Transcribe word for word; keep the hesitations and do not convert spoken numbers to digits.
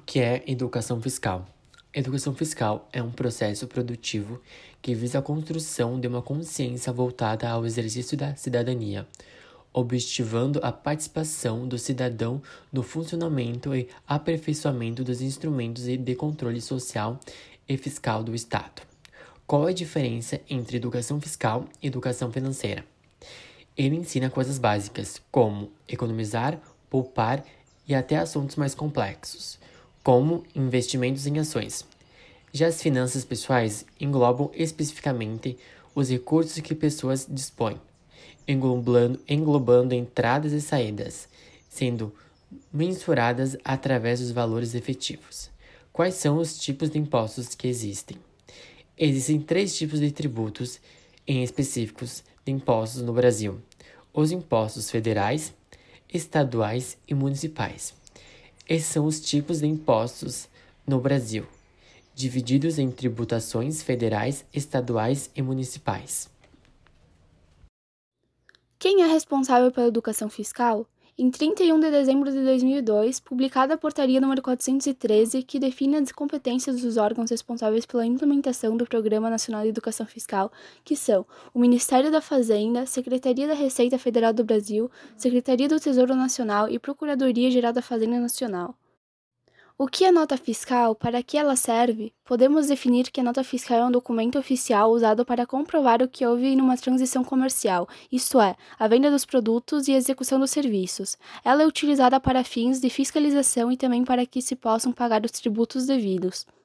que é educação fiscal? Educação fiscal é um processo produtivo que visa a construção de uma consciência voltada ao exercício da cidadania, objetivando a participação do cidadão no funcionamento e aperfeiçoamento dos instrumentos de controle social e fiscal do Estado. Qual é a diferença entre educação fiscal e educação financeira? Ele ensina coisas básicas, como economizar, poupar e até assuntos mais complexos, como investimentos em ações. Já as finanças pessoais englobam especificamente os recursos que pessoas dispõem, englobando, englobando entradas e saídas, sendo mensuradas através dos valores efetivos. Quais são os tipos de impostos que existem? Existem três tipos de tributos em específicos de impostos no Brasil: os impostos federais, estaduais e municipais. Esses são os tipos de impostos no Brasil, divididos em tributações federais, estaduais e municipais. Quem é responsável pela educação fiscal? Em trinta e um de dezembro de dois mil e dois, publicada a Portaria número quatrocentos e treze, que define as competências dos órgãos responsáveis pela implementação do Programa Nacional de Educação Fiscal, que são o Ministério da Fazenda, Secretaria da Receita Federal do Brasil, Secretaria do Tesouro Nacional e Procuradoria-Geral da Fazenda Nacional. O que é nota fiscal? Para que ela serve? Podemos definir que a nota fiscal é um documento oficial usado para comprovar o que houve numa transação comercial, isto é, a venda dos produtos e a execução dos serviços. Ela é utilizada para fins de fiscalização e também para que se possam pagar os tributos devidos.